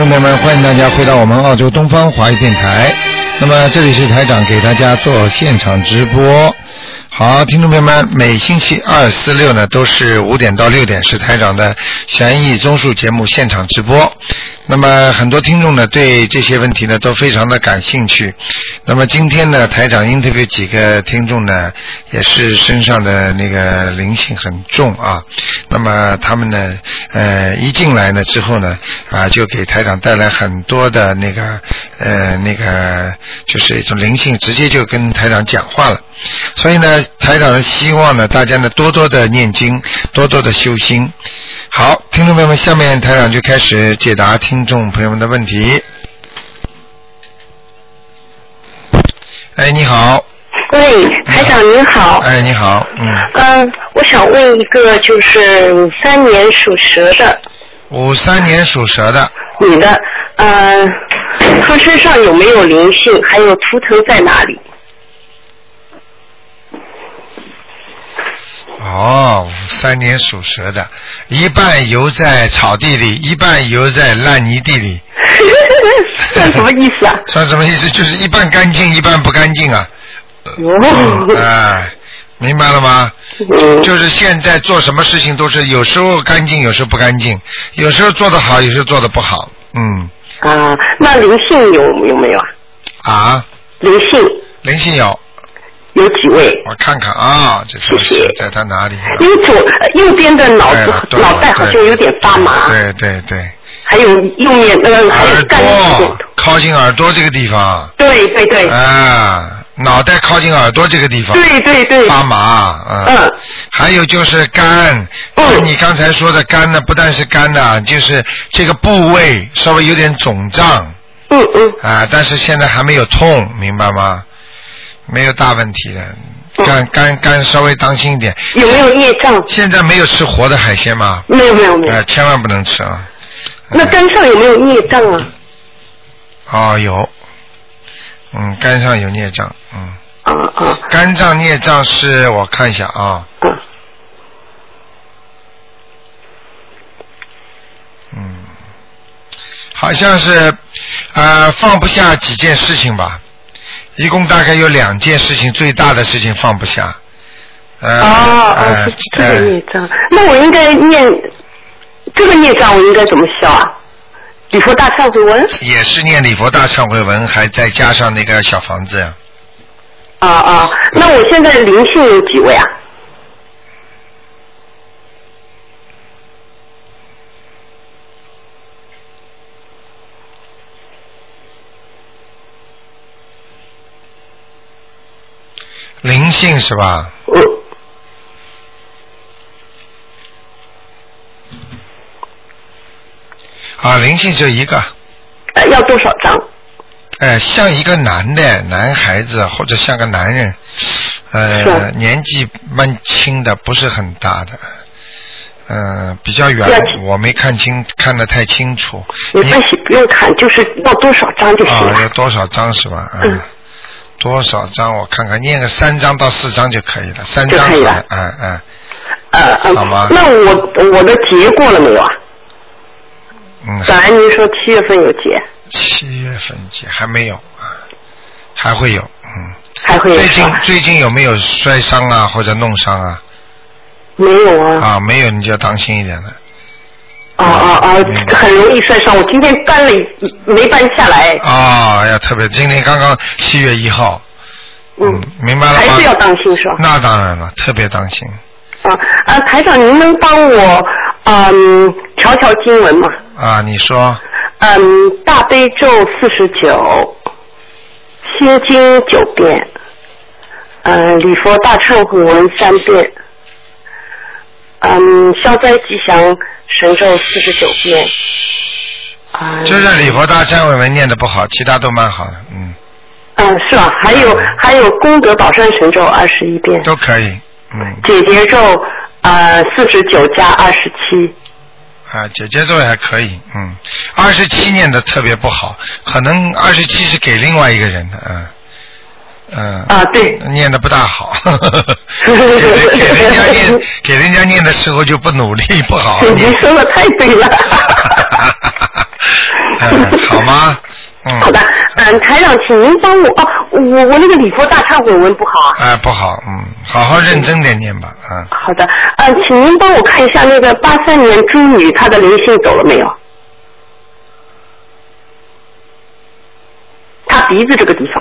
众朋友们，欢迎大家回到我们澳洲东方华语电台。那么这里是台长给大家做现场直播。好，听众朋友们，每星期二、四、六呢都是5点到6点是台长的悬疑综述节目现场直播。那么很多听众呢对这些问题呢都非常的感兴趣。那么今天呢台长 interview 几个听众呢也是身上的那个灵性很重啊。那么他们呢一进来呢之后呢就给台长带来很多的那个就是一种灵性，直接就跟台长讲话了。所以呢台长希望呢大家呢多多的念经，多多的修心。好，听众朋友们，下面台长就开始解答听众朋友们的问题。哎，你好。 喂，台长您好。 哎，你好。 我想问一个，就是53年属蛇的。 53年属蛇的。 女的，她身上有没有灵性？还有图腾在哪里？ 哦，53年属蛇的，一半游在草地里，一半游在烂泥地里。 算什么意思啊？ 算什么意思？就是一半干净，一半不干净啊。明白了吗？就是现在做什么事情都是有时候干净，有时候不干净，有时候做得好，有时候做得不好。 那灵性有没有啊？灵性有。有几位？ 我看看啊，这是在他哪里？ 因为右边的脑袋好像有点发麻。 对。 还有右面还有干净， 靠近耳朵这个地方。 对。 脑袋靠近耳朵这个地方。 对。 发麻。还有就是肝。你刚才说的肝呢，不但是肝呢，就是这个部位稍微有点肿胀。但是现在还没有痛，明白吗？没有大问题的，肝稍微当心一点。 有没有孽障？ 现在没有吃活的海鲜吗？ 没有。 千万不能吃啊。 那肝上有没有孽障啊？ 有。肝上有孽障。肝脏孽障是我看一下啊。好像是放不下几件事情吧。一共大概有2件事情，最大的事情放不下。 是这个孽障。那我应该念这个孽障，我应该怎么消啊？礼佛大忏悔文？也是念礼佛大忏悔文，还再加上那个小房子呀。 那我现在灵性有几位啊？ 灵性是吧？灵性就一个。 要多少张？ 像一个男孩子，或者像个男人，年纪蛮轻的，不是很大的，比较远，我没看得太清楚。 没关系，不用看，就是要多少张就行了。 要多少张是吧？多少张？我看看，念个3张到4张就可以了，3张就可以了。 好吗？ 那我的节过了没有啊？本来您说7月份有节。 7月份节还没有还会有。 还会有。 最近有没有摔伤啊或者弄伤啊？ 没有啊。 没有你就要当心一点了。 很容易摔伤，我今天搬了没搬下来。 要特别，今天刚刚7月1号。明白了吗？ 还是要当心是吧？ 那当然了，特别当心。 台长，您能帮我调经文吗？ 你说。 大悲咒49，心经9遍，礼佛大忏悔文3遍，消灾吉祥神咒49遍。 就是礼佛大忏悔文念得不好，其他都蛮好的。 是吧？还有功德宝山神咒21遍。 都可以。 解结咒49加27。 姐姐咒也还可以，27念的特别不好，可能27是给另外一个人的， 对， 念的不大好，给人家念的时候就不努力不好。 你说的太对了。 好吗？ 好的，台长，请您帮我那个礼佛大忏悔文不好啊。 不好，好好认真点念吧， 好的，请您帮我看一下那个83年猪女，她的灵性走了没有？她鼻子这个地方。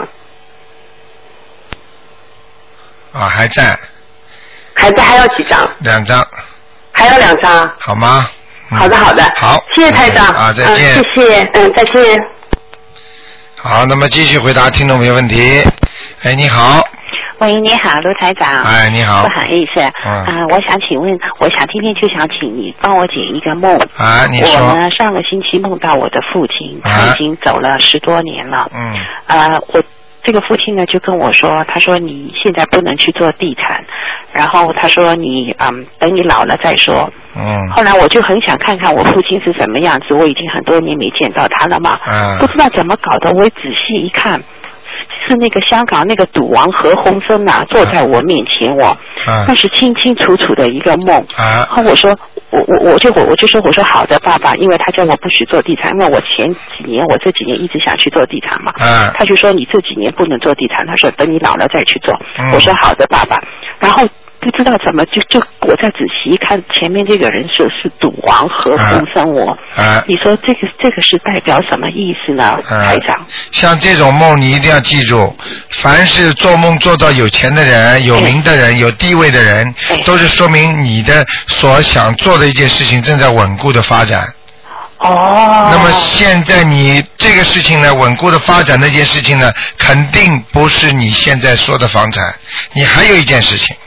还在。 还在，还要几张？2 张。 还要2张。 好吗？ 好的，好的。 好， 谢谢台长。 再见。 谢谢，再见。 好，那么继续回答听众朋友问题。你好。 喂，你好，卢台长。 你好。 不好意思，我想请问，今天就想请你帮我解一个梦。 你说。 我呢，上个星期梦到我的父亲，他已经走了10多年了。我这个父亲呢就跟我说，他说你现在不能去做地产，然后他说你等你老了再说。后来我就很想看看我父亲是什么样子，我已经很多年没见到他了嘛。不知道怎么搞的，我仔细一看，是那个香港那个赌王何鸿燊坐在我面前，那是清清楚楚的一个梦。然后我说我说好的爸爸，因为他叫我不许做地产，因为我这几年一直想去做地产嘛。他就说你这几年不能做地产，他说等你老了再去做。我说好的爸爸，然后不知道怎么就我再仔细一看，前面这个人是赌王何鸿燊你说这个是代表什么意思呢，台长？ 像这种梦你一定要记住，凡是做梦做到有钱的人、有名的人、有地位的人，都是说明你的所想做的一件事情正在稳固的发展。那么现在你这个事情呢，稳固的发展那件事情呢，肯定不是你现在说的房产，你还有一件事情。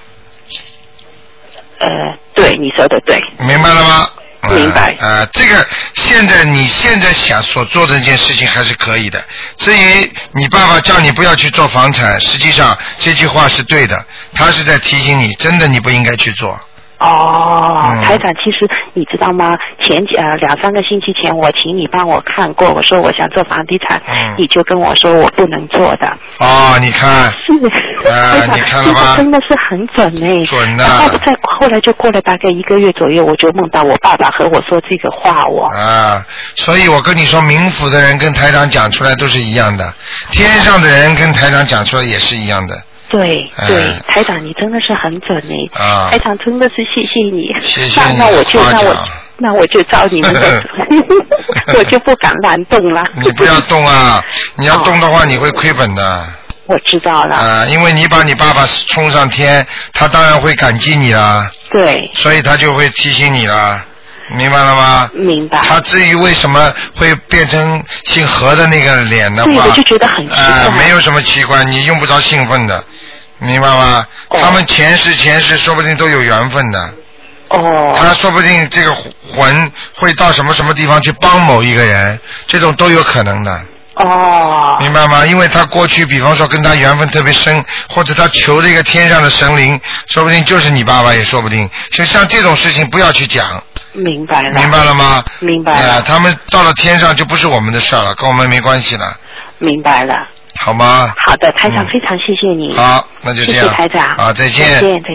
对，你说的对。 明白了吗？ 明白。 这个你现在想所做的那件事情还是可以的。至于你爸爸叫你不要去做房产，实际上这句话是对的，他是在提醒你，真的你不应该去做。 台长，其实你知道吗？2、3个星期前，我请你帮我看过，我说我想做房地产，你就跟我说我不能做的。 你看。 是。 你看了吗？ 真的是很准准的。 然后后来就过了大概1个月左右，我就梦到我爸爸和我说这个话所以我跟你说，冥府的人跟台长讲出来都是一样的，天上的人跟台长讲出来也是一样的。 对，台长你真的是很准台长真的是谢谢你。 谢谢你。 那我就照你们的我就不敢乱动了。 你不要动你要动的话你会亏本的。 我知道了。 因为你把你爸爸冲上天，他当然会感激你啦。 对。 所以他就会提醒你啦。明白了吗？ 明白。 他至于为什么会变成姓何的那个脸的话， 对，我就觉得很奇怪。 没有什么奇怪，你用不着兴奋的，明白吗？他们前世说不定都有缘分的。他说不定这个魂会到什么地方去帮某一个人，这种都有可能的。明白吗？因为他过去比方说跟他缘分特别深，或者他求这个天上的神灵，说不定就是你爸爸也说不定。就像这种事情不要去讲。 明白了。 明白了吗？ 明白了。 他们到了天上就不是我们的事了，跟我们没关系了。 明白了。 好吗？ 好的，台长，非常谢谢你。 好，那就这样。 谢谢台长。 好，再见。 再见。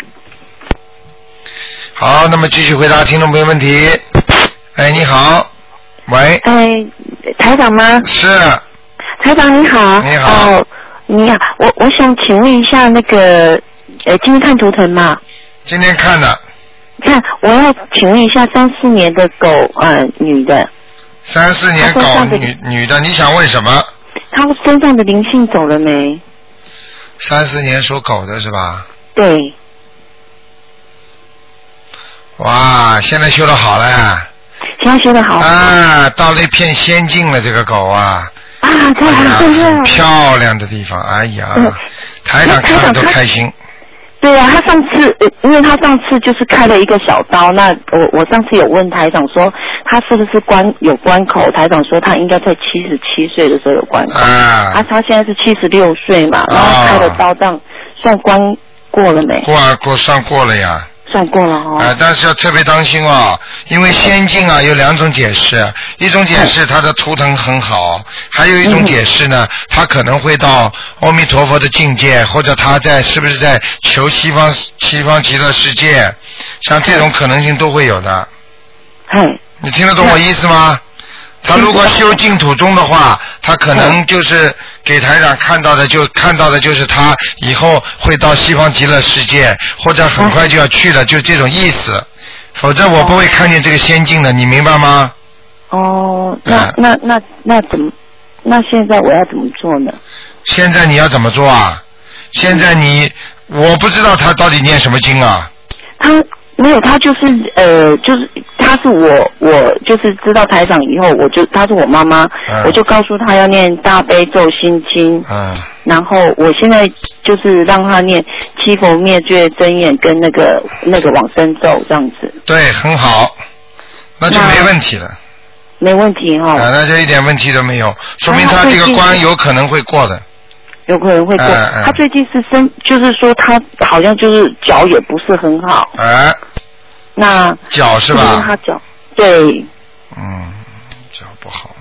好，那么继续回答听众朋友问题。你好。喂。 台长吗？ 是。 台长你好。 你好。 你好，我想请问一下那个今天看图腾吗？ 今天看的。 看，我要请问一下34年的狗女的。 34年狗女的，你想问什么？ 她身上的灵性走了没 ？34年属狗的是吧？ 对。 哇，现在修得好了。 现在修得好。 到了一片仙境了，这个狗太好了。 漂亮的地方，台长看了都开心。 对他上次，因为他上次就是开了一个小刀，那我上次有问台长说他是不是有关口，台长说他应该在77岁的时候有关口，他现在是76岁嘛，然后开了刀，这样算关过了没？ 算过了呀。 算过了但是要特别当心因为仙境有2种解释，一种解释它的图腾很好，还有一种解释呢，他可能会到阿弥陀佛的境界，或者他是不是在求西方极乐世界，像这种可能性都会有的。你听得懂我意思吗？ 他如果修净土宗的话，他可能就是给台长看到的就是他以后会到西方极乐世界，或者很快就要去了，就这种意思。否则我不会看见这个仙境的，你明白吗？ 哦，那怎么？那现在我要怎么做呢？ 现在你要怎么做啊？现在我不知道他到底念什么经啊。 他没有，他就是他是我就是知道台长以后，他是我妈妈，我就告诉他要念大悲咒心经，然后我现在就是让他念七佛灭罪真言跟那个往生咒这样子。对， 很好，那就没问题了。 没问题哈。 那就一点问题都没有，说明他这个关有可能会过的。 有可能会过。他最近是就是说他好像就是脚也不是很好。那脚是吧？ 他脚对。 脚不好。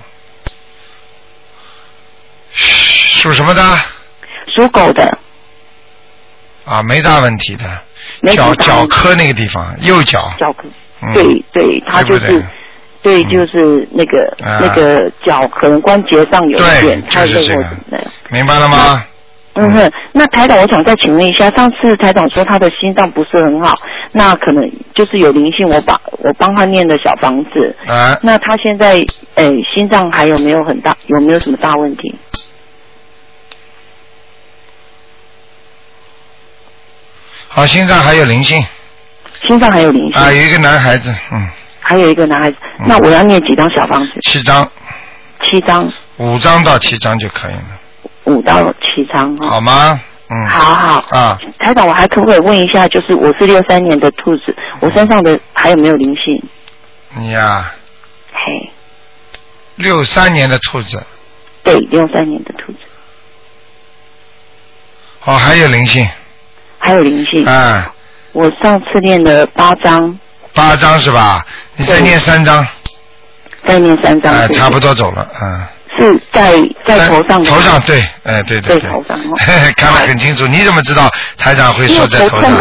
属什么的？ 属狗的。 没大问题的。脚科那个地方，右脚。 脚科。对，他就是。对，就是那个脚可能关节上有一点太累或者那样。 明白了吗？ 那台长，我想再请问一下，上次台长说他的心脏不是很好，那可能就是有灵性，我帮他念的小房子。那他现在心脏还有没有什么大问题？ 好，心脏还有灵性。 心脏还有灵性。 有一个男孩子， 还有一个男孩子，那我要念几张小房子 ？7张。 7张。 5张到7张就可以了。 5到7张哈。 好吗？ 好。台长，我还可不可以问一下，就是我是63年的兔子，我身上的还有没有灵性？ 你呀。 嘿。 63年的兔子。 对，63年的兔子。 还有灵性。 还有灵性。我上次念了8张。 8张是吧？你再念3张。 再念3张。 差不多走了。 是在头上的。 头上对，对。 对头上。 看得很清楚，你怎么知道台长会说在头上？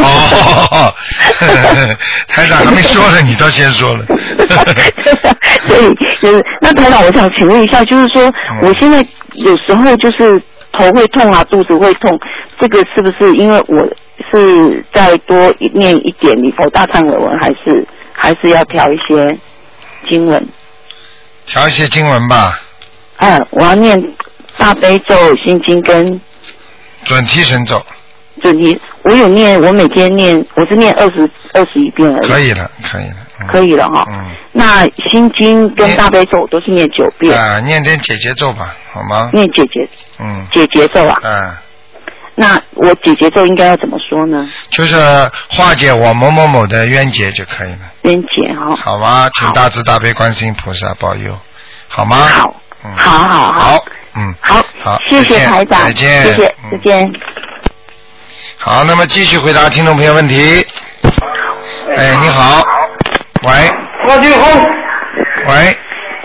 台长还没说呢，你倒先说了。 所以就是那台长，我想请问一下，就是说我现在有时候就是头会痛啊，肚子会痛，这个是不是因为我是再多念一点礼佛大忏悔文，还是要调一些经文？ 调一些经文吧。 我要念大悲咒、心经跟准提神咒。 准提，我有念，我每天念，我是念21遍而已。 可以了。 可以了哈。那心经跟大悲咒我都是念9遍。 念点解结咒吧，好吗？ 念解结咒啊。那我解结咒应该要怎么说呢？就是化解我某某某的冤结就可以了。 冤结哈。 好吧，请大慈大悲观世音菩萨保佑，好吗？ 好。好。好，谢谢台长， 再见。 谢谢，再见。 好，那么继续回答听众朋友问题。你好。喂。 郭俊宏。 喂。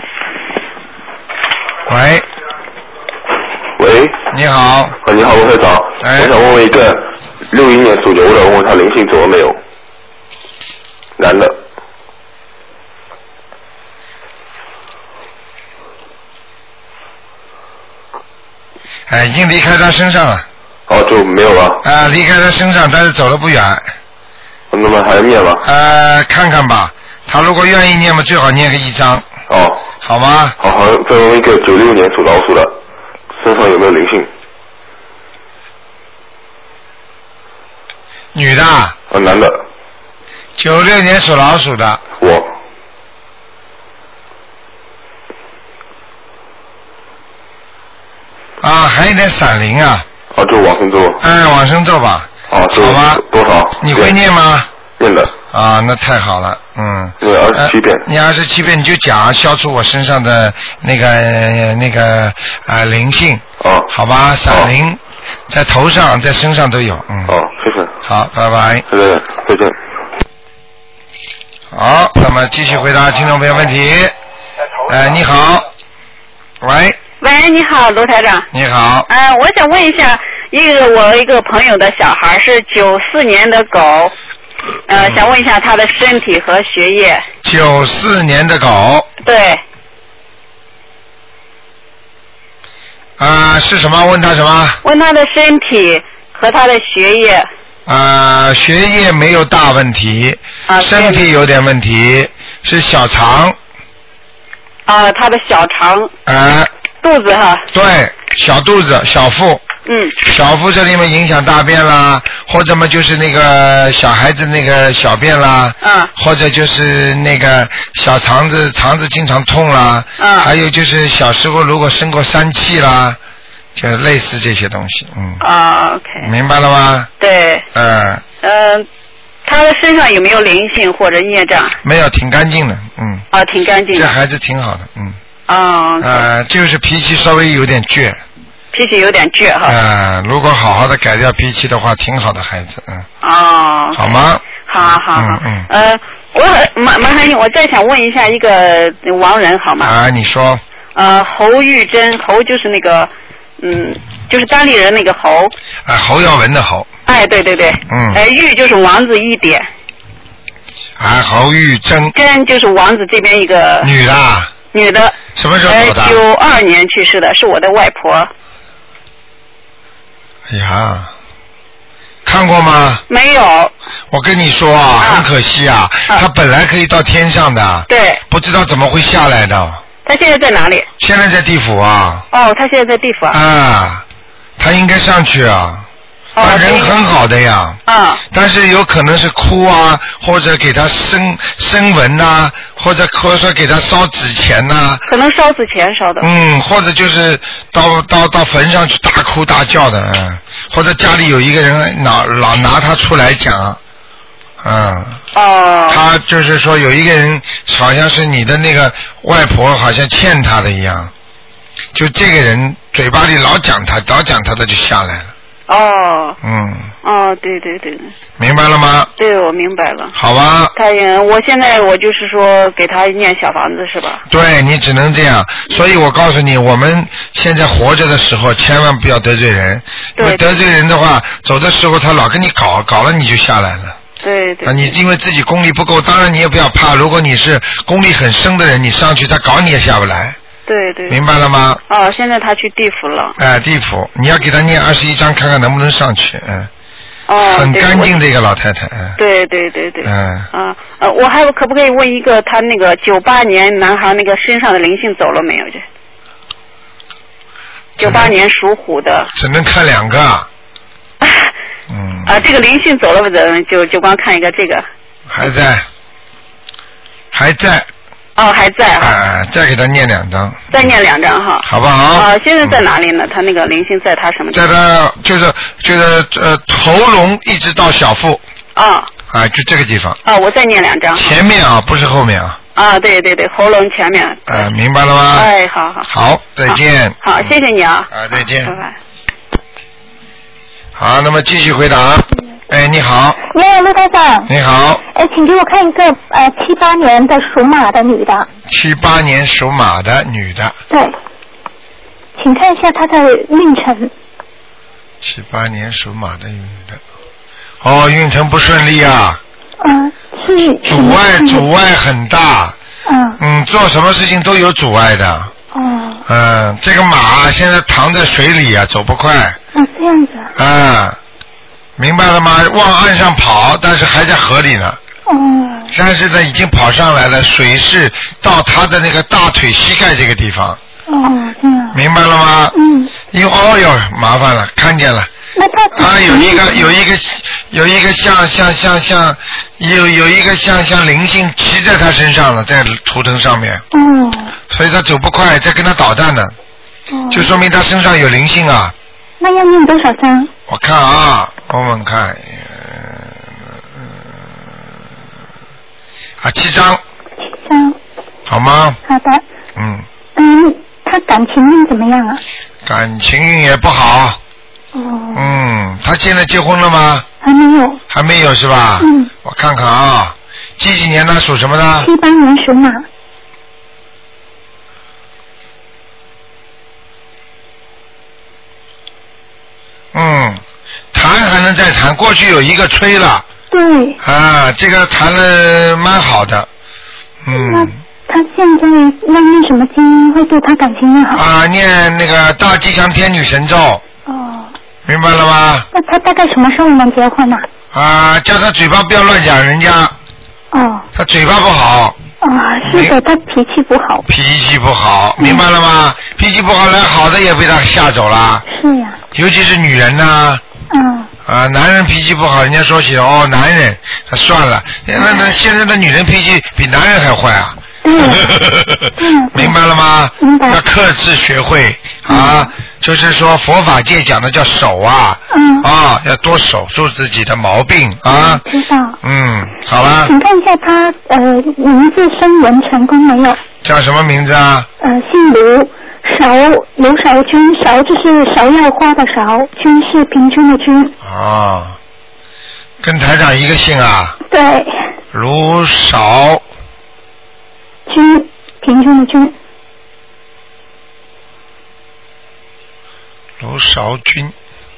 你好。 你好，罗会长。我想问一个61年属牛的，问他灵性走了没有？男的。 已经离开他身上了。 就没有了。 离开他身上，但是走了不远。 那么还要念吗？ 看看吧，他如果愿意念嘛，最好念个1张。好吗？ 好，再问一个96年属老鼠的，身上有没有灵性？ 女的。 男的。 96年属老鼠的。 我。 还有点闪灵啊。 就往生咒。 往生咒吧。好吧。 多少？ 你会念吗？ 念的。 那太好了。 对，27遍。 你27遍你就讲消除我身上的那个灵性。好吧，闪灵在头上在身上都有。 谢谢。 好，拜拜。 再见。 好，那么继续回答听众朋友问题。你好。 喂，你好，卢台长。 你好。 我想问一下，我一个朋友的小孩是94年的狗，想问一下他的身体和学业。 94年的狗。 对。 是什么？问他什么？ 问他的身体和他的学业。 学业没有大问题，身体有点问题，是小肠。 他的小肠。肚子哈。 对，小肚子、小腹。小腹这里面影响大便啦，或者嘛就是那个小孩子那个小便啦，或者就是那个小肠子经常痛啦，还有就是小时候如果生过疝气啦，就类似这些东西。 OK。 明白了吗？ 对。他的身上有没有灵性或者孽障？ 没有，挺干净的。 挺干净的。 这孩子挺好的。就是脾气稍微有点倔。 脾气有点倔哈。 如果好好的改掉脾气的话，挺好的孩子。好吗？ 好。我麻烦你，我再想问一下一个亡人好吗？ 你说。 侯玉珍，侯就是那个就是单立人那个侯。 侯耀文的侯。 对。玉就是王字一点。 侯玉珍。 珍就是王字这边一个。 女的。 女的。 什么时候走的 ？92年去世的，是我的外婆。 哎呀，看过吗？ 没有。 我跟你说很可惜他本来可以到天上的。 对。 不知道怎么会下来的。 他现在在哪里？ 现在在地府他现在在地府他应该上去他人很好的呀。但是有可能是哭或者给他声纹或者说给他烧纸钱可能烧纸钱烧的。 或者就是到坟上去大哭大叫的。或者家里有一个人老拿他出来讲。他就是说有一个人好像是你的那个外婆好像欠他的一样，就这个人嘴巴里老讲他的就下来了。对。明白了吗？ 对，我明白了。 好吧。 我现在就是说给他念小房子是吧？ 对，你只能这样。所以我告诉你，我们现在活着的时候千万不要得罪人，因为得罪人的话，走的时候他老跟你搞了你就下来了。 对。 你因为自己功力不够，当然你也不要怕，如果你是功力很深的人，你上去他搞你也下不来。 对。 明白了吗？ 现在他去地府了。 地府，你要给他念21章，看看能不能上去。很干净的一个老太太。 对。我还可不可以问一个，他那个98年男孩那个身上的灵性走了没有？98年属虎的。 只能看2个。 这个灵性走了不走？就光看一个这个。 还在。还在再给他念2张。 再念2张哈。 好不好？ 现在在哪里呢？他那个灵性在他什么地方？ 在他就是喉咙一直到小腹。就这个地方。 我再念2张。 前面不是后面对，喉咙前面。 明白了吗？ 好。 好，再见。 好，谢谢你再见。 拜拜。 好，那么继续回答。你好。 你好，陆台长。 你好。 请给我看一个78年的属马的女的。 78年属马的女的。 对。请看一下她的运程。 78年属马的女的。运程不顺利是。 阻碍很大。做什么事情都有阻碍的。这个马现在躺在水里走不快。 这样子。 明白了吗？往岸上跑，但是还在河里呢。但是呢，已经跑上来了，水是到他的那个大腿膝盖这个地方。 这样。 明白了吗？因为麻烦了，看见了。 那他有一个像灵性骑在他身上了，在图腾上面。所以他走不快，在跟他捣蛋呢。就说明他身上有灵性那要念多少张？ 我看我们看7张。 7张。 好吗？ 好的。他感情运怎么样感情运也不好。他现在结婚了吗？ 还没有。 还没有是吧？我看看几年呢？属什么的 ？78年属马。 谈还能再谈，过去有一个吹了。 对。 这个谈了蛮好的。 他现在要念什么经会对他感情更好？ 啊，念那个大吉祥天女神咒。 哦。 明白了吗？ 那他大概什么时候能结婚呢？ 啊，叫他嘴巴不要乱讲人家。 哦。 他嘴巴不好。 啊，是的，他脾气不好。 脾气不好，明白了吗？脾气不好，来好的也被他吓走了。 是呀。 尤其是女人呐。 嗯。 啊，男人脾气不好，人家说起男人，那算了，那现在的女人脾气比男人还坏啊。明白了吗？ 明白。 要克制学会啊，就是说佛法界讲的叫守啊。啊，要多守住自己的毛病啊。 知道。 好了。 请看一下他名字升文成功没有？ 叫什么名字啊？ 姓卢。卢韶君，韶就是芍药花的芍，君是平均的均。 跟台长一个姓啊？ 对。 卢韶君，平均的均。 卢韶君，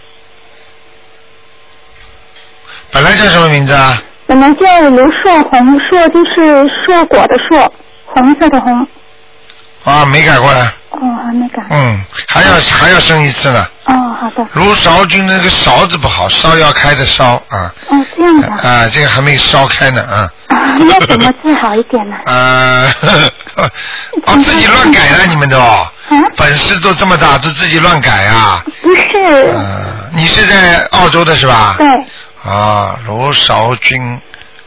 本来叫什么名字啊？ 本来叫卢硕红，硕就是硕果的硕，红色的红。 啊，没改过来。 还没改。 还要生一次呢。 好的。 卢韶君那个韶字不好，烧要开的烧啊。 这样的。 这个还没烧开呢啊。 要怎么字好一点呢？ 自己乱改了，你们都。本事都这么大，都自己乱改啊。 不是。 你是在澳洲的是吧？ 对。 卢韶君。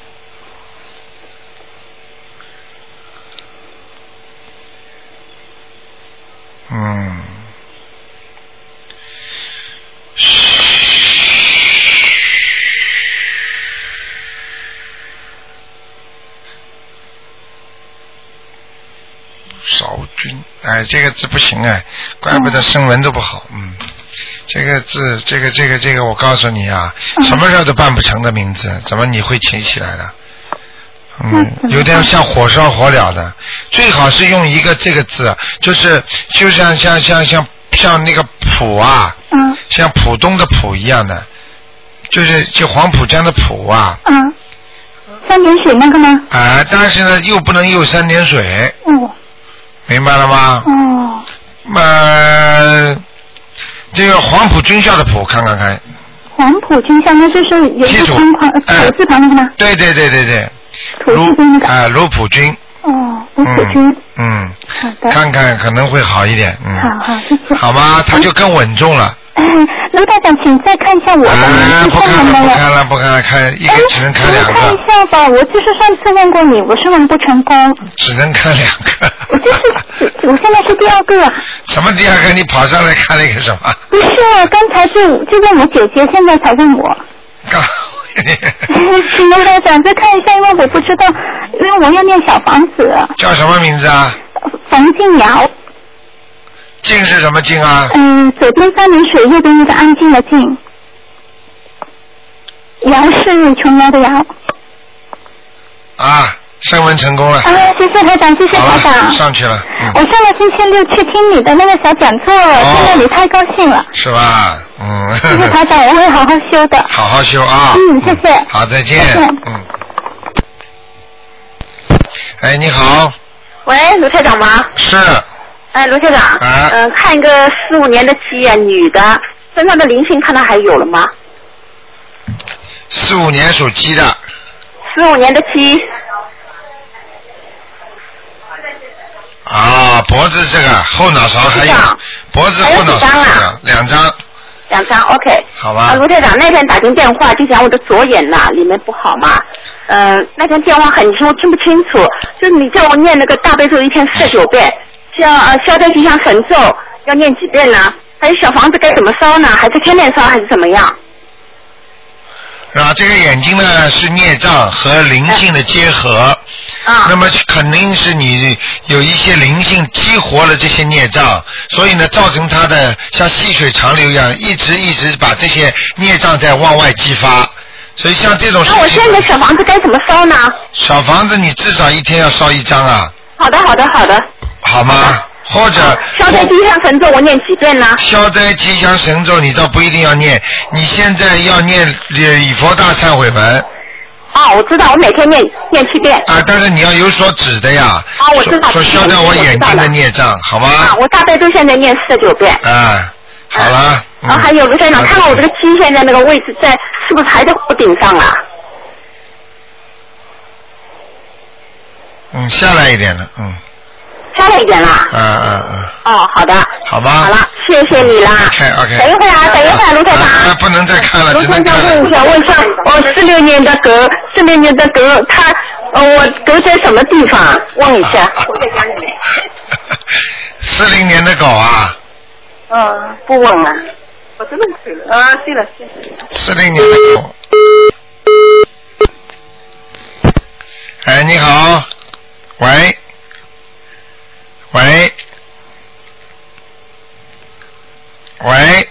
韶君，这个字不行怪不得声纹都不好。这个字，这个，我告诉你啊，什么事都办不成的名字，怎么你会起起来的？有点像火烧火燎的，最好是用一个这个字，就像那个浦啊，像浦东的浦一样的，就黄浦江的浦啊。 三点水那个吗？ 但是呢，又不能又三点水。明白了吗？这个黄埔军校的埔，看。 黄埔军校那就是有一个土字旁那个吗？ 对。土字边那个。卢浦军。卢浦军。好的。看看可能会好一点。 好，谢谢。 好吗？他就更稳重了。 卢台长，请再看一下我的不看了，看一个只能看两个。 看一下吧，我就是上次问过你，我是问不成功。 只能看两个。 我现在是第二个。 什么第二个？你跑上来看了一个什么？ 不是，刚才就问我姐姐，现在才问我。请卢台长再看一下，因为我不知道，因为我要念小房子。 叫什么名字啊？ 冯静瑶。 静是什么静啊？ 左边三点水，右边一个安静的静。瑶是琼瑶的瑶。 升温成功了。 谢谢台长，谢谢台长。 上去了。 我上个星期六去听你的那个小讲座，听到你太高兴了。 是吧？ 谢谢台长，我会好好修的。 好好修啊。 谢谢。 好，再见。你好。 喂，卢台长吗？ 是。 卢台长。看一个45年的鸡女的，身上的灵性看到还有了吗 ？45年属鸡的。 15年的鸡。 脖子这个后脑勺还有，脖子后脑勺两张。 2张 ，OK。 好吧。 卢台长那天打进电话就讲我的左眼里面不好嘛，那天电话很轻，我听不清楚，就是你叫我念那个大悲咒1天49遍，像消灾吉祥神咒要念几遍呢？还有小房子该怎么烧呢？还是天天烧还是怎么样？ 这个眼睛呢是孽障和灵性的结合，那么肯定是你有一些灵性激活了这些孽障，所以呢造成它的像细水长流一样，一直把这些孽障在往外激发，所以像这种事情。 那我现在小房子该怎么烧呢？ 小房子你至少1天要烧1张啊。 好的。 好吗？或者消灾吉祥神咒我念几遍呢？ 消灾吉祥神咒你倒不一定要念，你现在要念礼佛大忏悔文。 我知道，我每天念7遍。 啊，但是你要有所指的呀。 我知道。 说消掉我眼睛的孽障，好吗？ 我大悲咒现在念49遍。 好了。 还有卢台长，看看我这个鸡现在那个位置是不是还在屋顶上啊？ 下来一点了， 下来一点啦。好的。 好吧。 好了，谢谢你啦。 OK。 等一会儿，卢台长。 不能再看了， 卢台长问一下，我46年的狗，它我狗在什么地方？问一下。我在家里面。 40年的狗啊。 不问了。我真的睡了。睡了。 40年的狗。你好。喂，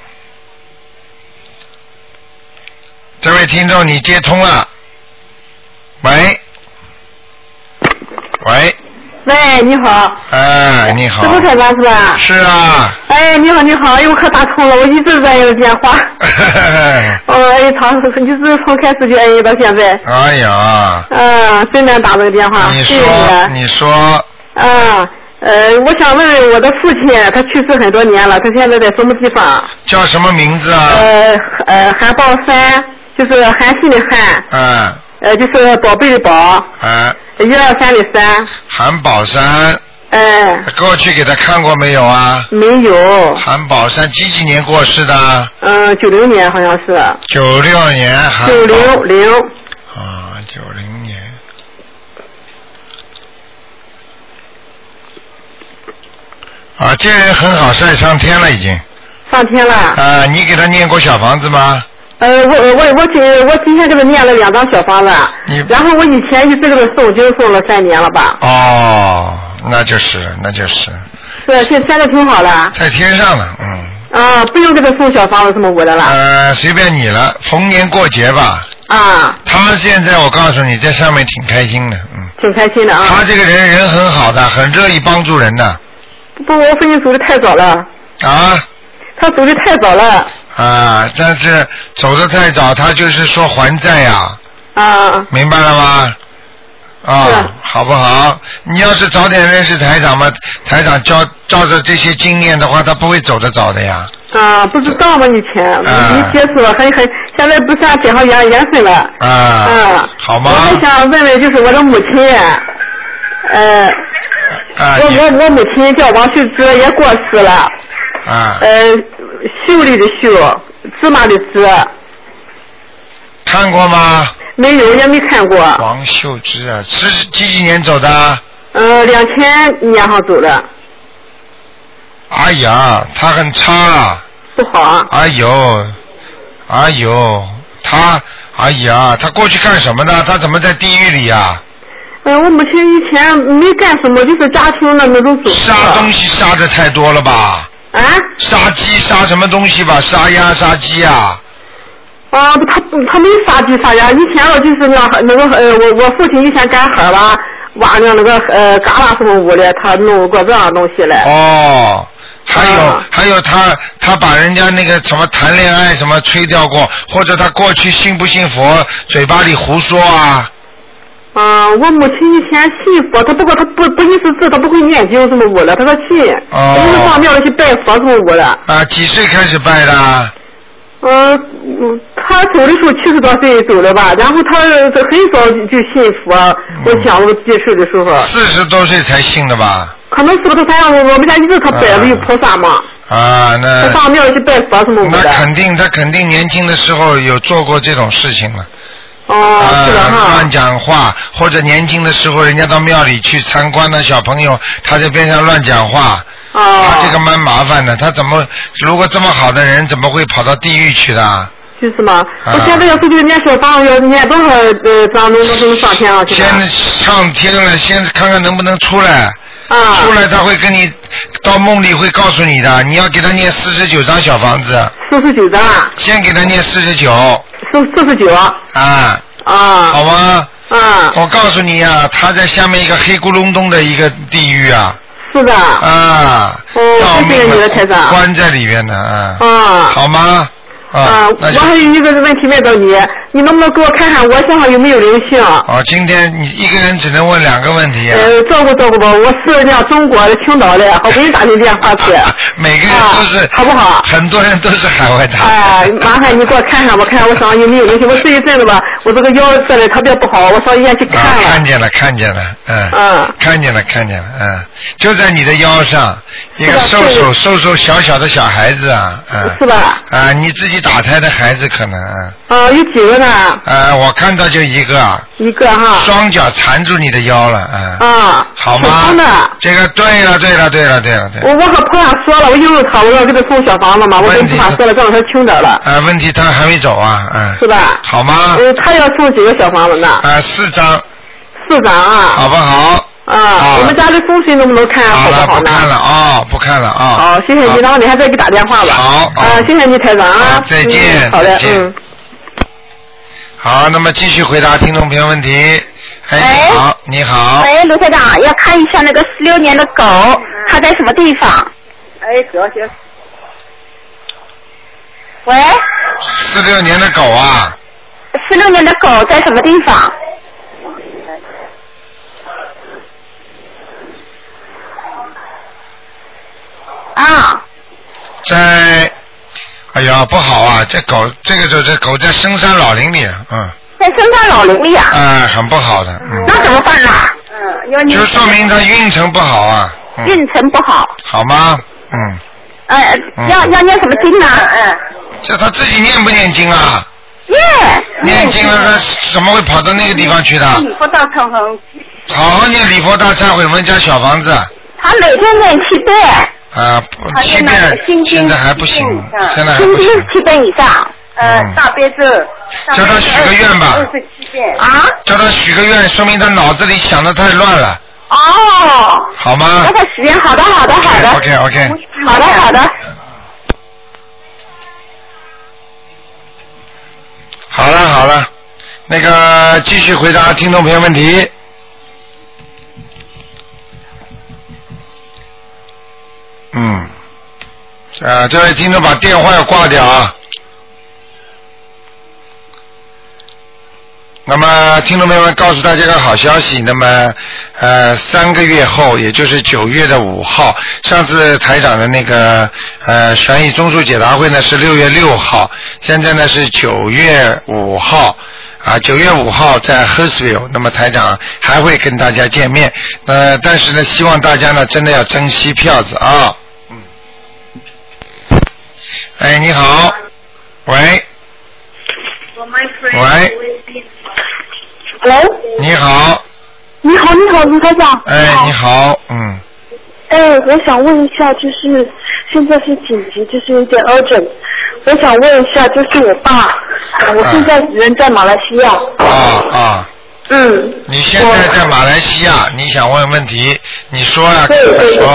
这位听众你接通了。喂， 你好。 你好。 是卢台长是吧？ 是啊。 你好，我可打通了，我一直在这电话。一直从开始就挨到现在。 哎呀。 真难打这个电话。 你说。 我想问问我的父亲，他去世很多年了，他现在在什么地方？ 叫什么名字啊？ 韩宝山，就是韩信的韩。就是宝贝的宝。123的3。 韩宝山。过去给他看过没有啊？ 没有。 韩宝山几年过世的 ？90年好像是。 96年。 90。 90年。这人很好，上天了已经。 上天了。 你给他念过小房子吗？ 我今天给他念了2张小房子。然后我以前一直给他诵经诵了3年了吧。 那就是。 是，现在挺好了。 在天上了， 不用给他送小房子什么我的了。 随便你了，逢年过节吧。他现在我告诉你，在上面挺开心的， 挺开心的啊。 他这个人很好的，很乐意帮助人的。 不，我父亲走的太早了。他走的太早了。 但是走的太早，他就是说还债呀。明白了吗？好不好？你要是早点认识台长嘛，台长照着这些经验的话，他不会走得早的呀。 不知道嘛，以前没接触，现在不像解放缘分了。 好吗？ 我还想问问，就是我的母亲，我母亲叫王秀芝，也过世了。秀丽的秀，芝麻的芝。 看过吗？ 没有，也没看过。 王秀芝啊，是几年走的 ？2000年上走的。 哎呀，他很差。 不好。 哎呦，他过去干什么的？他怎么在地狱里呀？ 我母亲以前没干什么，就是家庭的那种主妇。 杀东西杀的太多了吧？杀鸡杀什么东西吧？杀鸭杀鸡啊？ 他没杀鸡杀鸭，以前就是我父亲以前干活吧，挖那个旮旯什么屋的，他弄过这样东西来。 还有他把人家那个什么谈恋爱什么吹掉过，或者他过去信不信佛，嘴巴里胡说啊。 我母亲以前信佛，不过他不认识字，他不会念经什么我的，他说信，他就是上庙里去拜佛什么我的。 几岁开始拜的？ 他走的时候70多岁走的吧，然后他很早就信佛。我想我记事的时候。 40多岁才信的吧？ 可能是不是他我们家一直他拜的有菩萨嘛。 那他上庙去拜佛什么的。 他肯定年轻的时候有做过这种事情了。 是的哈。 乱讲话，或者年轻的时候人家到庙里去参观的小朋友，他在边上乱讲话。他这个蛮麻烦的，他如果这么好的人，怎么会跑到地狱去的？ 就是嘛，我现在要是就念小房子，要念多少张能上天啊？ 先上天了，先看看能不能出来。出来他会跟你到梦里会告诉你的，你要给他念49张小房子。 49张。 先给他念49。 49。 好吗？我告诉你啊，他在下面一个黑咕隆咚的一个地狱啊。 是的。 谢谢你的台长。 关在里面的好吗？ 我还有一个问题问到你， 你能不能给我看看我身上有没有灵性？ 哦，今天你一个人只能问2个问题啊。 照顾吧，我是人家中国的青岛的，好不容易打进电话去。 每个人都是、 好不好？ 很多人都是海外打。 麻烦你给我看看，我看我身上有没有灵性。我这一阵子吧，我这个腰这里特别不好，我上医院去看了。 看见了，看见了，看见了，就在你的腰上，一个瘦小的小孩子啊， 是吧？ 你自己打胎的孩子可能。 有几个呢？ 我看到就一个。 一个哈。 双脚缠住你的腰了，好吗？这个对了。 我和婆娘说了，我应他，我要给他送小房子嘛，我跟婆娘说了，正好他轻点了。 问题他还没走啊， 是吧？ 好吗？ 他要送几个小房子呢 ？4张。 4张啊。 好不好？ 我们家的风水能不能看好不好呢？ 不看了啊。 好，谢谢你，然后你还再给打电话吧。 好。 谢谢你台长啊。 再见。 好的， 好， 那么继续回答听众朋友问题。你好。 喂，卢台长，要看一下那个16年的狗，它在什么地方？行。喂。 16年的狗啊。 16年的狗在什么地方？ 哎呀，不好啊！这狗在深山老林里， 在深山老林里啊？ 很不好的， 那怎么办呢？ 就说明它运程不好啊。 运程不好。 好吗？ 要念什么经呢？ 叫他自己念不念经啊？ 念经了，他怎么会跑到那个地方去的？ 礼佛大忏悔。 好好念礼佛大忏悔文加小房子。 他每天念7遍。 7遍，现在还不行，现在还不行。 心经7遍以上，大悲咒。 叫他许个愿吧。 27遍。 叫他许个愿，说明他脑子里想的太乱了。好吗？ 叫他许愿，好的。 OK。 好的。 好了，那个继续回答听众朋友问题。这位听众把电话要挂掉啊。那么听众朋友们，告诉大家一个好消息，那么3个月后，也就是9月5号，上次台长的那个悬疑综述解答会呢是6月6号，现在呢是9月5号。9月5号在 Hurstville， 那么台长还会跟大家见面，但是呢，希望大家呢真的要珍惜票子啊。你好，喂。 Hello。 你好。 你好，卢台长。 你好， 我想问一下，就是现在是紧急，就是有点 urgent， 我想问一下，就是我爸，我现在人在马来西亚。 你现在在马来西亚，你想问问题，你说呀， 对。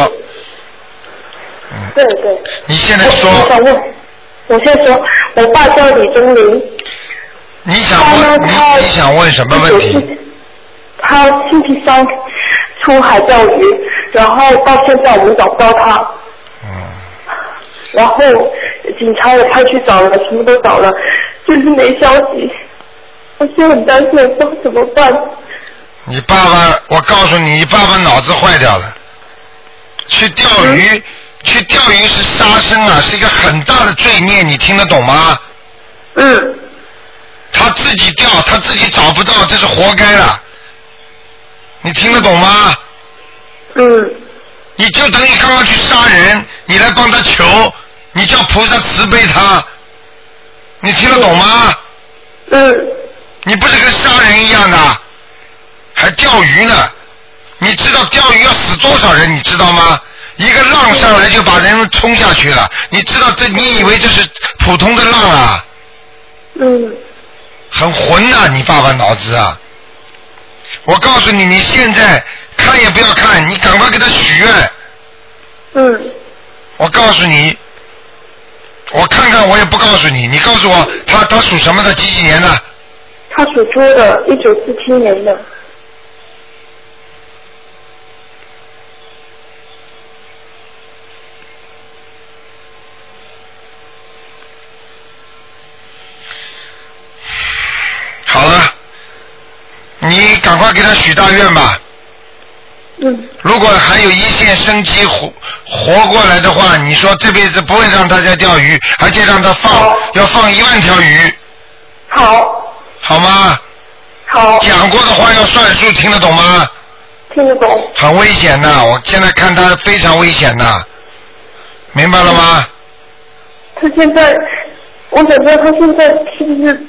对。 你现在说。 我先说，我爸叫李忠林。 你想问什么问题？ 他星期3出海钓鱼，然后到现在我们找不到他。然后警察也派去找了，什么都找了，就是没消息。我现在很担心，我怎么办？ 你爸爸，我告诉你，你爸爸脑子坏掉了。去钓鱼是杀生啊，是一个很大的罪孽，你听得懂吗？他自己钓，他自己找不到，这是活该了。你听得懂吗？你就等于刚刚去杀人，你来帮他求，你叫菩萨慈悲他，你听得懂吗？你不是跟杀人一样的，还钓鱼呢？你知道钓鱼要死多少人？你知道吗？一个浪上来就把人冲下去了，你知道你以为这是普通的浪啊？很混啊，你爸爸脑子啊！我告诉你，你现在看也不要看，你赶快给他许愿。我告诉你，我看看我也不告诉你，你告诉我他属什么的，几年的？ 他属猪的，1947年的。 赶快给他许大愿吧。如果还有一线生机活过来的话，你说这辈子不会让他再钓鱼，而且让他要放10000条鱼。好吗？好。讲过的话要算数，听得懂吗？ 听得懂。 很危险的，我现在看他非常危险的，明白了吗？ 他现在，我感觉他现在是不是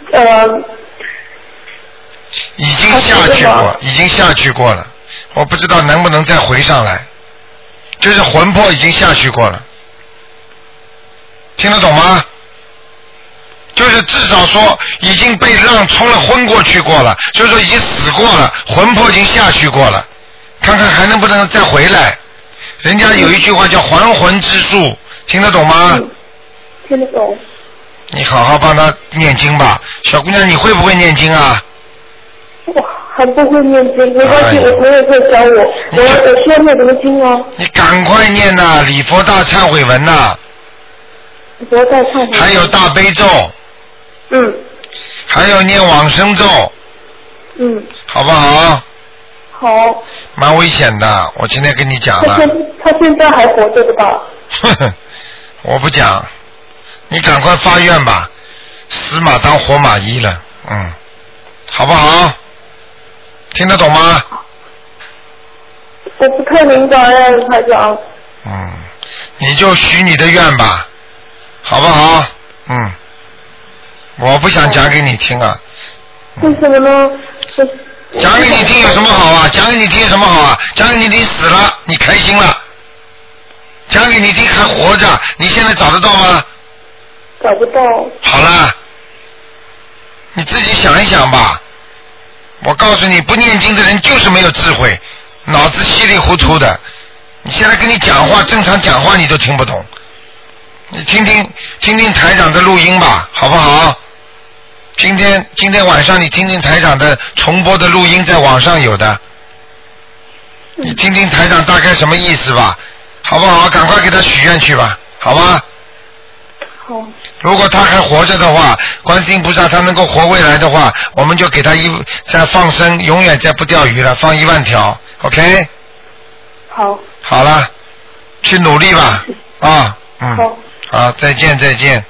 已经下去过了，我不知道能不能再回上来，就是魂魄已经下去过了，听得懂吗？就是至少说已经被浪冲了昏过去过了，就是说已经死过了，魂魄已经下去过了，看看还能不能再回来。人家有一句话叫还魂之术，听得懂吗？ 听得懂。你好好帮他念经吧，小姑娘，你会不会念经啊？ 我还不会念经，没关系，我朋友可以教我。我需要念什么经啊？ 你赶快念呐，礼佛大忏悔文呐。 礼佛大忏悔文。 还有大悲咒。还有念往生咒。好不好？ 好。 蛮危险的，我今天跟你讲了。 他现在还活着的吧？ 我不讲，你赶快发愿吧，死马当活马医了，好不好？听得懂吗？ 我不太明白呀，台长。 你就许你的愿吧，好不好？我不想讲给你听啊。 为什么呢？ 讲给你听有什么好啊？讲给你听有什么好啊？讲给你听死了，你开心了。讲给你听还活着，你现在找得到吗？ 找不到。 好了，你自己想一想吧。我告诉你，不念经的人就是没有智慧，脑子稀里糊涂的。你现在跟你讲话，正常讲话你都听不懂。你听听台长的录音吧，好不好？今天晚上你听听台长的重播的录音，在网上有的。你听听台长大概什么意思吧，好不好？赶快给他许愿去吧，好吧？ 好。 如果他还活着的话，观世音菩萨他能够活回来的话，我们就给他再放生，永远再不钓鱼了，放10000条 ，OK？ 好。 好了，去努力吧，啊， 好。 好，再见。 再见。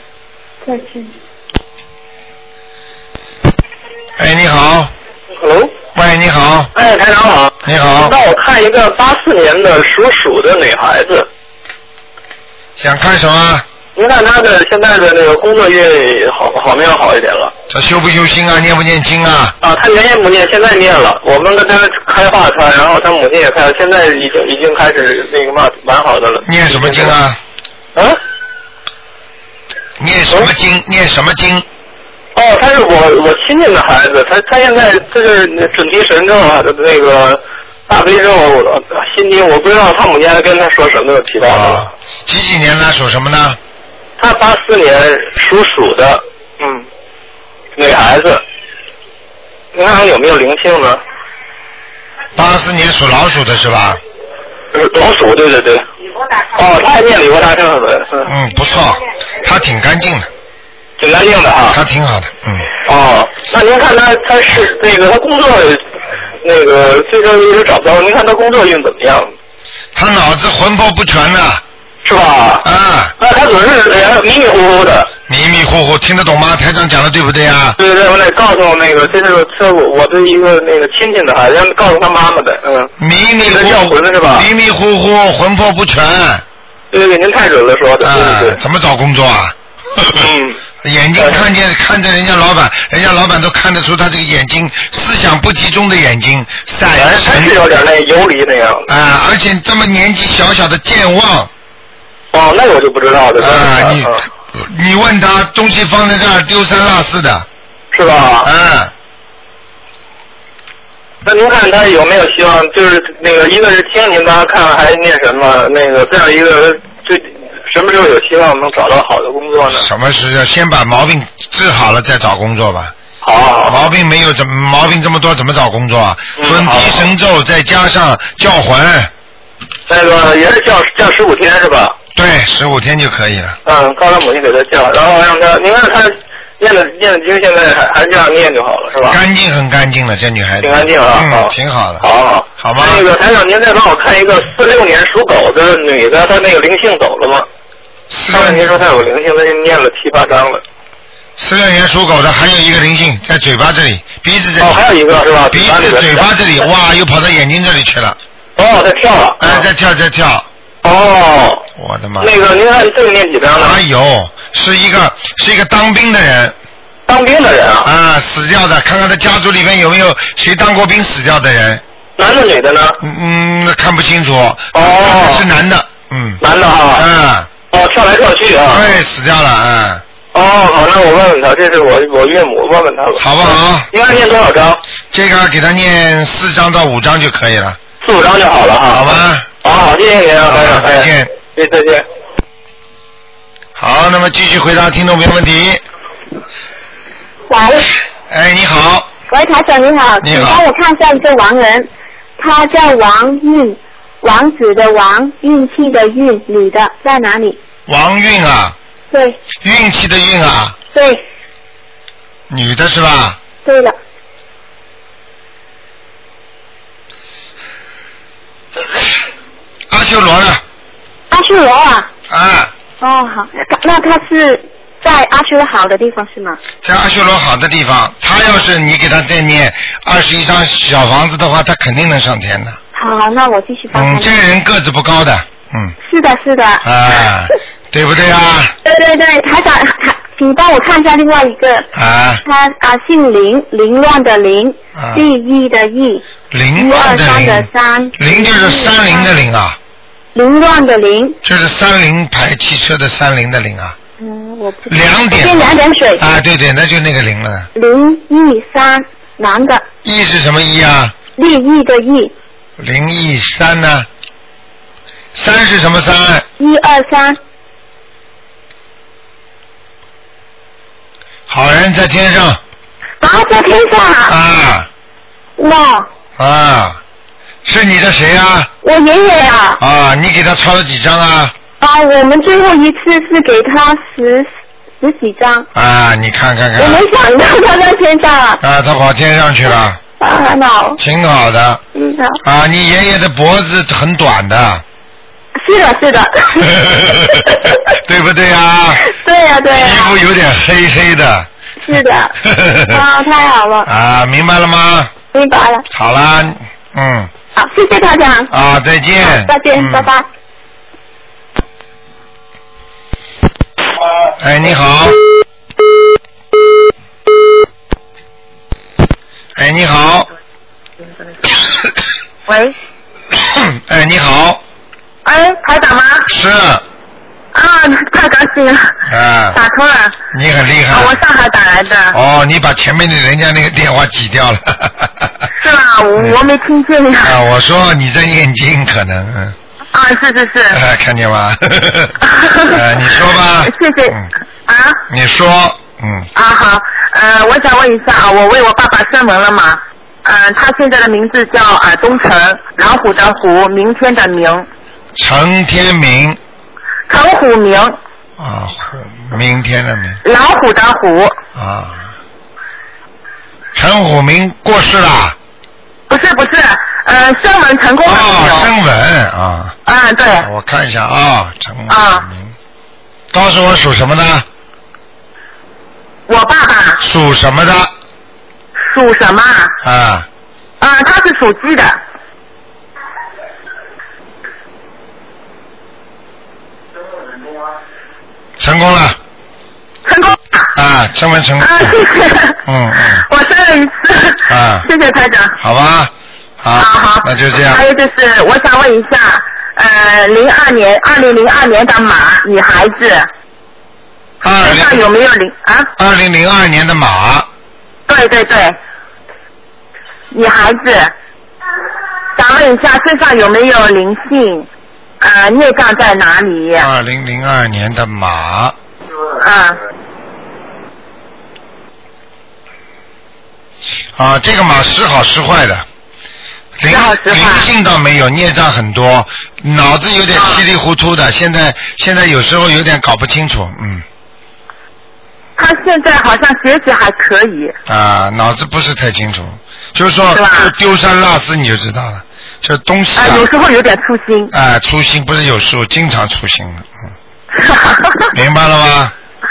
哎，你好。 Hello。 喂，你好。 哎，台长好。 你好。 那我看一个84年的属鼠的女孩子。 想看什么？ 您看她的现在的那个工作运好没有好一点了？ 她修不修心啊？念不念经啊？ 她年年不念，现在念了。我们跟她开化她，然后她母亲也开了，现在已经开始那个蛮好的了。 念什么经啊？念什么经？念什么经？ 他是我亲戚的孩子，他现在就是准提神咒啊，那个大悲咒、心经，我不知道他母亲还跟他说什么提到的。 几年呢？属什么呢？ 他84年属鼠的，女孩子，你看有没有灵性呢 ？84年属老鼠的是吧？ 老鼠，对。他还念礼佛大忏悔文。 不错，他挺干净的。 挺干净的啊。 他挺好的， 那您看他是那个他工作那个最近一直找不到，您看他工作运怎么样？ 他脑子魂魄不全的。 是吧？那他总是迷迷糊糊的。 迷迷糊糊，听得懂吗？台长讲的对不对啊？ 对，我得告诉我那个，这是我的一个那个亲戚的孩子，告诉他妈妈的， 迷迷糊糊的是吧？ 迷迷糊糊，魂魄不全。 对，您太准了说的。对。 怎么找工作啊？眼睛看着人家老板，人家老板都看得出他这个眼睛思想不集中的眼睛，散神， 是有点那游离那样。 而且这么年纪小的健忘。 那我就不知道的。 你问他东西放在这儿丢三落四的， 是吧？那您看他有没有希望？就是那个一个是听您刚才看看还念什么，那个再有一个就什么时候有希望能找到好的工作呢？ 什么时候先把毛病治好了再找工作吧。 好。 毛病没有毛病这么多怎么找工作啊？准提神咒再加上叫魂。 那个也是叫15天是吧？ 对，15天就可以了。 告他母亲给他叫，然后让他，您看他念的经现在还这样念就好了，是吧？ 干净很干净了，这女孩子。 挺干净啊， 挺好的。 好吗？ 那个台长，您再帮我看一个46年属狗的女的，她那个灵性走了吗？上次您说她有灵性，她就念了7、8章了。 46年属狗的还有一个灵性在嘴巴这里，鼻子这里。 还有一个是吧？ 鼻子、嘴巴这里，哇，又跑到眼睛这里去了。 在跳了。 在跳。我的妈！ 那个您看这个念几张呢？ 哎呦，是一个当兵的人。 当兵的人啊？ 死掉的，看看他家族里面有没有谁当过兵死掉的人。 男的女的呢？ 看不清楚。是男的。 男的啊。跳来跳去啊。 对，死掉了。 好，那我问问他，这是我岳母，问问他吧。 好不好？ 应该念多少章？ 这个给他念4章到5章就可以了。 4、5章就好了哈。 好吧。 好，谢谢您啊，台长， 再见。 再见。 好，那么继续回答听众朋友问题。 喂。 你好。 喂，台长你好。 你好。 请帮我看一下一个亡人，他叫王运，王子的王，运气的运，女的，在哪里？ 王运啊。 对。 运气的运啊。 对。 女的是吧？ 对了。 阿修罗呢？ 阿修罗啊。 好， 那他是在阿修罗好的地方是吗？ 在阿修罗好的地方，他要是你给他再念21张小房子的话，他肯定能上天的。 好，那我继续帮他。 这个人个子不高的。 是的，是的。 对不对啊？ 对，台长，请帮我看一下另外一个。他姓林，凌乱的凌，利益的益， 凌乱的凌 ，123的3， 凌就是山林的林啊。 凌乱的凌。 就是30牌汽车的30的零啊。 我不。 2点。 先2点水。 对，那就那个零了。 013，男的。 益是什么益啊？ 利益的益。 013呢？3是什么3 ？123。 好人在天上。 在天上。 哇。是你的谁啊？ 我爷爷啊。 你给他抄了几张啊？ 我们最后一次是给他十几张。 你看。 我没想到他在天上。 他跑天上去了。 很好。 挺好的。你爷爷的脖子很短的。 是的。 对不对啊？ 对呀。 皮肤有点黑黑的。 是的。太好了。 明白了吗？ 明白了。 好啦， 好，谢谢台长。 再见。 再见，拜拜。 你好。你好。 喂。 你好。 台长吗？ 是。 太高兴了。打通了。 你很厉害。 我上海打来的。 你把前面的人家那个电话挤掉了。 是吗？我没听见呀。 我说你在念经可能。 是。 看见吗？你说吧。 谢谢。 你说。 好。我想问一下我为我爸爸升文了吗？他现在的名字叫东城，老虎的虎，明天的明。 陈天明。 陈虎明。 虎，明天的明。 老虎的虎。 陈虎明过世了。 不是，升文成功了。 升文对。 我看一下陈虎明。告诉我属什么的？ 我爸爸。 属什么的？ 属什么？他是属鸡的。 成功了。 成功。 升文成功。 谢谢。我升了一次。谢谢台长。 好吧。好。那就这样。 还有就是我想问一下2002年的马女孩子身上有没有 2002年的马。 对，女孩子想问一下身上有没有灵性，孽障在哪里 ？2002年的马。这个马时好时坏的。灵性倒没有，孽障很多，脑子有点稀里糊涂的，现在有时候有点搞不清楚。 他现在好像学习还可以。 啊，脑子不是太清楚，就是说就丢三落四你就知道了，这东西啊， 有时候有点粗心。 粗心不是有时候，经常粗心了，明白了吗？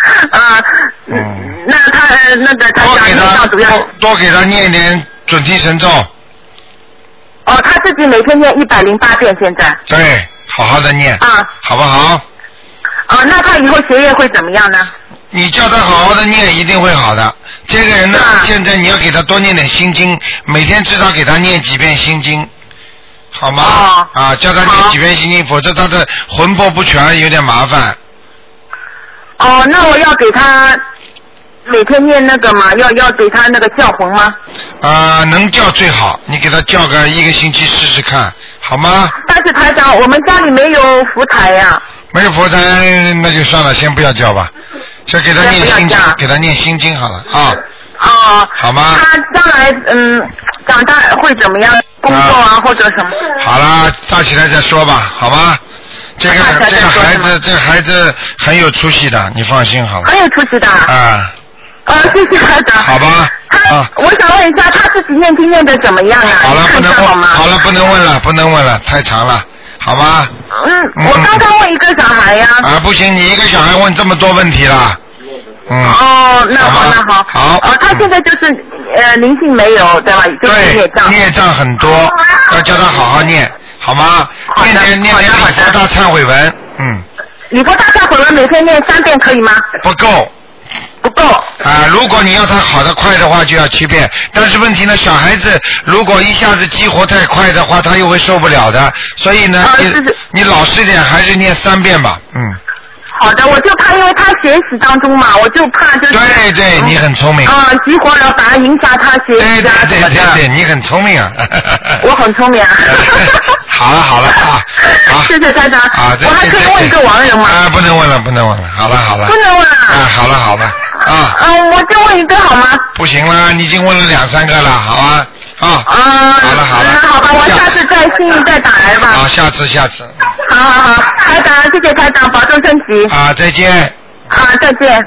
那他那个他多给他念一点准提神咒。 哦，他自己每天念108遍，现在。 对，好好的念。好不好？ 那他以后学业会怎么样呢？ 你叫他好好的念，一定会好的。这个人呢，现在你要给他多念点心经，每天至少给他念几遍心经，好吗？叫他念几遍心经，否则他的魂魄不全，有点麻烦。 那我要给他每天念那个吗？要给他那个叫魂吗？ 能叫最好，你给他叫个1个星期试试看，好吗？ 但是台长，我们家里没有佛台呀。 没有佛台，那就算了，先不要叫吧。就给他念心经，给他念心经好了啊。好吗？ 他将来长大会怎么样？工作或者什么？ 好啦，大起来再说吧，好吗？这个孩子很有出息的，你放心好了。 很有出息的。谢谢台长。 好吧。 我想问一下，他自己念经念的怎么样啊？ 好了，不能问了，太长了。好吧。 我刚刚问一个小孩呀。 不行，你一个小孩问这么多问题了。 那好。 好。 他现在就是灵性没有，对吧？就是孽障很多，要叫他好好念，好吗？念礼佛大忏悔文。 礼佛大忏悔文每天念3遍可以吗？ 不够。如果你要他好得快的话，就要7遍。但是问题呢，小孩子如果一下子激活太快的话，他又会受不了的。所以呢，你老实点，还是念3遍吧。 好的，我就怕因为他学习当中嘛，我就怕就是。 对，你很聪明。 激活了反而影响他学习对，你很聪明啊。 我很聪明啊。 好了好。 谢谢台长。我还可以问一个亡人吗？ 不能问了。好了。 不能问了。 好了。 我就问一个好吗？ 不行了，你已经问了2-3个了，好啊。好了。 那好吧，我下次再幸运再打来吧。 好，下次。 好，台长，谢谢台长，保重身体。 再见。 再见。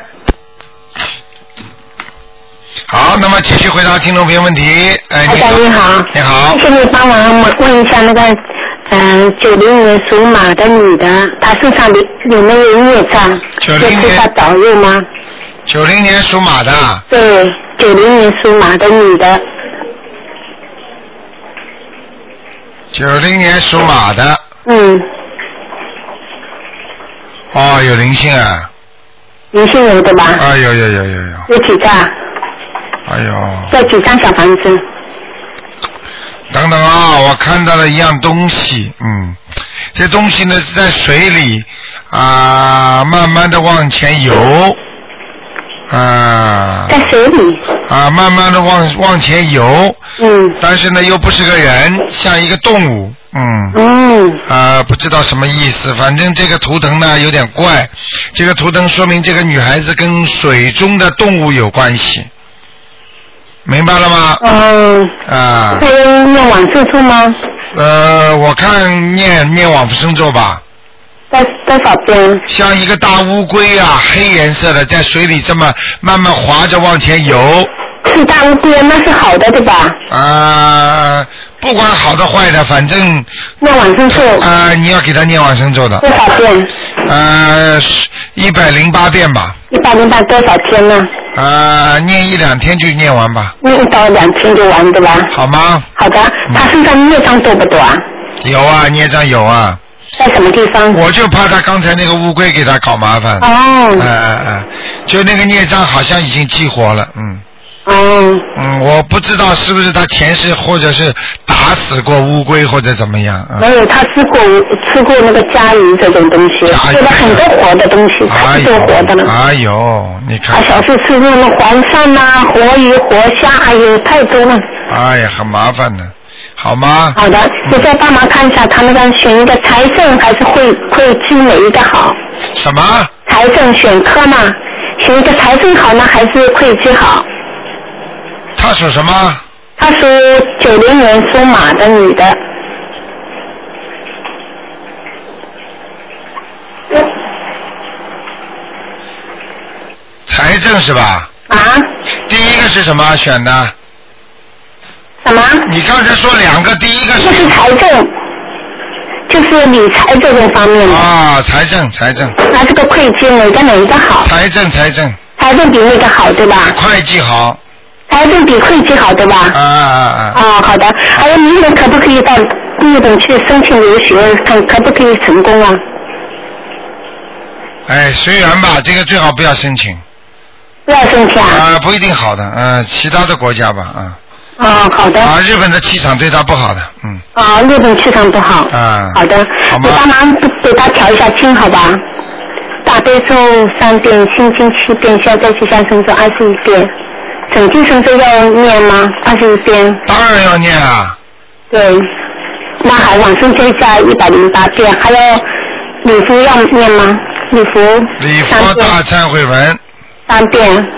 好，那么继续回答听众朋友问题。 台长你好。 你好。 谢谢你帮忙问一下那个90年属马的女的，她身上有没有孽障？ 90年。 有菩萨保佑吗 ？90年属马的。 对，90年属马的女的。 90年属马的。有灵性啊。 灵性有的吧？ 有。 有几张？要几张小房子？ 等等我看到了一样东西，这东西呢是在水里慢慢的往前游， 在水里慢慢的往前游，但是呢又不是个人，像一个动物，不知道什么意思，反正这个图腾呢有点怪，这个图腾说明这个女孩子跟水中的动物有关系，明白了吗？ 还有念往生咒吗？ 我看念往生咒吧。 多少遍？ 像一个大乌龟黑颜色的，在水里这么慢慢划着往前游。 是大乌龟，那是好的对吧？ 不管好的坏的，反正念往生咒。 你要给他念往生咒的。 多少遍 ？108遍吧。 108多少天呢？ 念1-2天就念完吧。 念1到2天就完对吧？ 好吗？ 好的。他身上孽障多不多啊？ 有啊，孽障有啊。 在什么地方？ 我就怕他刚才那个乌龟给他搞麻烦。就那个孽障好像已经激活了，我不知道是不是他前世或者是打死过乌龟或者怎么样。 没有，他吃过那个甲鱼这种东西，吃了很多活的东西，太多活的了。 你看。 他小时候吃那种黄鳝活鱼、活虾，太多了。 很麻烦的。好吗？ 好的，你再帮忙看一下，他那个选一个财政还是会积哪一个好？ 什么？ 财政选科嘛，选一个财政好呢，还是会计好？ 他属什么？ 他属90年属马的女的。 财政是吧？ 啊？ 第一个是什么选的？ 什么？ 你刚才说2个，第一个是？ 就是财政，就是理财这种方面的。 啊，财政。 那这个会计哪一个好？ 财政。 财政比那个好，对吧？ 会计好。 财政比会计好，对吧？哦，好的。还有明年可不可以到日本去申请留学，看可不可以成功啊？ 哎，随缘吧，这个最好不要申请。 不要申请啊？ 不一定好的，其他的国家吧， 好的。 日本的气场对他不好的， 日本气场不好。好的。 好吗？ 你帮忙给他调一下经，好吧？大悲咒3遍，心经7遍，消灾吉祥神咒21遍。整经神咒要念吗？21遍。 当然要念啊。 对。那还往生咒加108遍，还有礼佛要念吗？礼佛大忏悔文 3遍。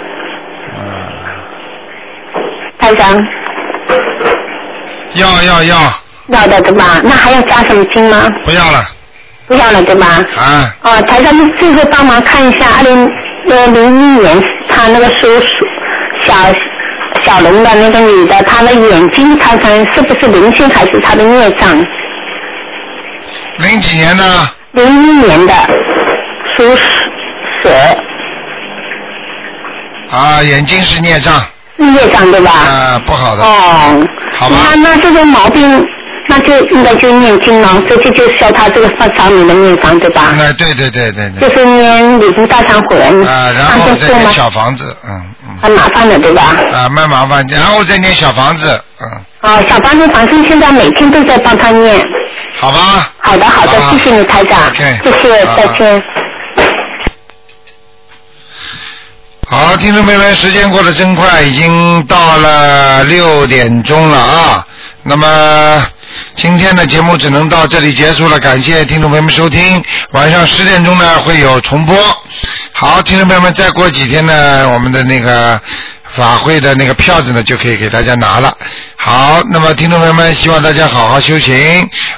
台长。 要的对吧？那还要加什么经吗？ 不要了对吧？台长，你最后帮忙看一下2001年他那个属小龙的那个女的，她的眼睛看看是不是灵性还是她的孽障 ？0几年的 ？01年的，属蛇。 眼睛是孽障。 孽障对吧？ 不好的。好吧。 那这个毛病，那就应该就念经了，这就消他这个上面的孽障对吧？ 对。 就是念礼佛大忏悔文。 然后再念小房子， 很麻烦的对吧？ 蛮麻烦，然后再念小房子， 小房子反正现在每天都在帮他念。 好吧。 好的，谢谢你台长。 谢谢，再见。 好，听众朋友们，时间过得真快，已经到了6点钟了啊。那么今天的节目只能到这里结束了，感谢听众朋友们收听。晚上10点钟呢会有重播。好，听众朋友们，再过几天呢，我们的那个法会的那个票子呢就可以给大家拿了。好，那么听众朋友们，希望大家好好修行，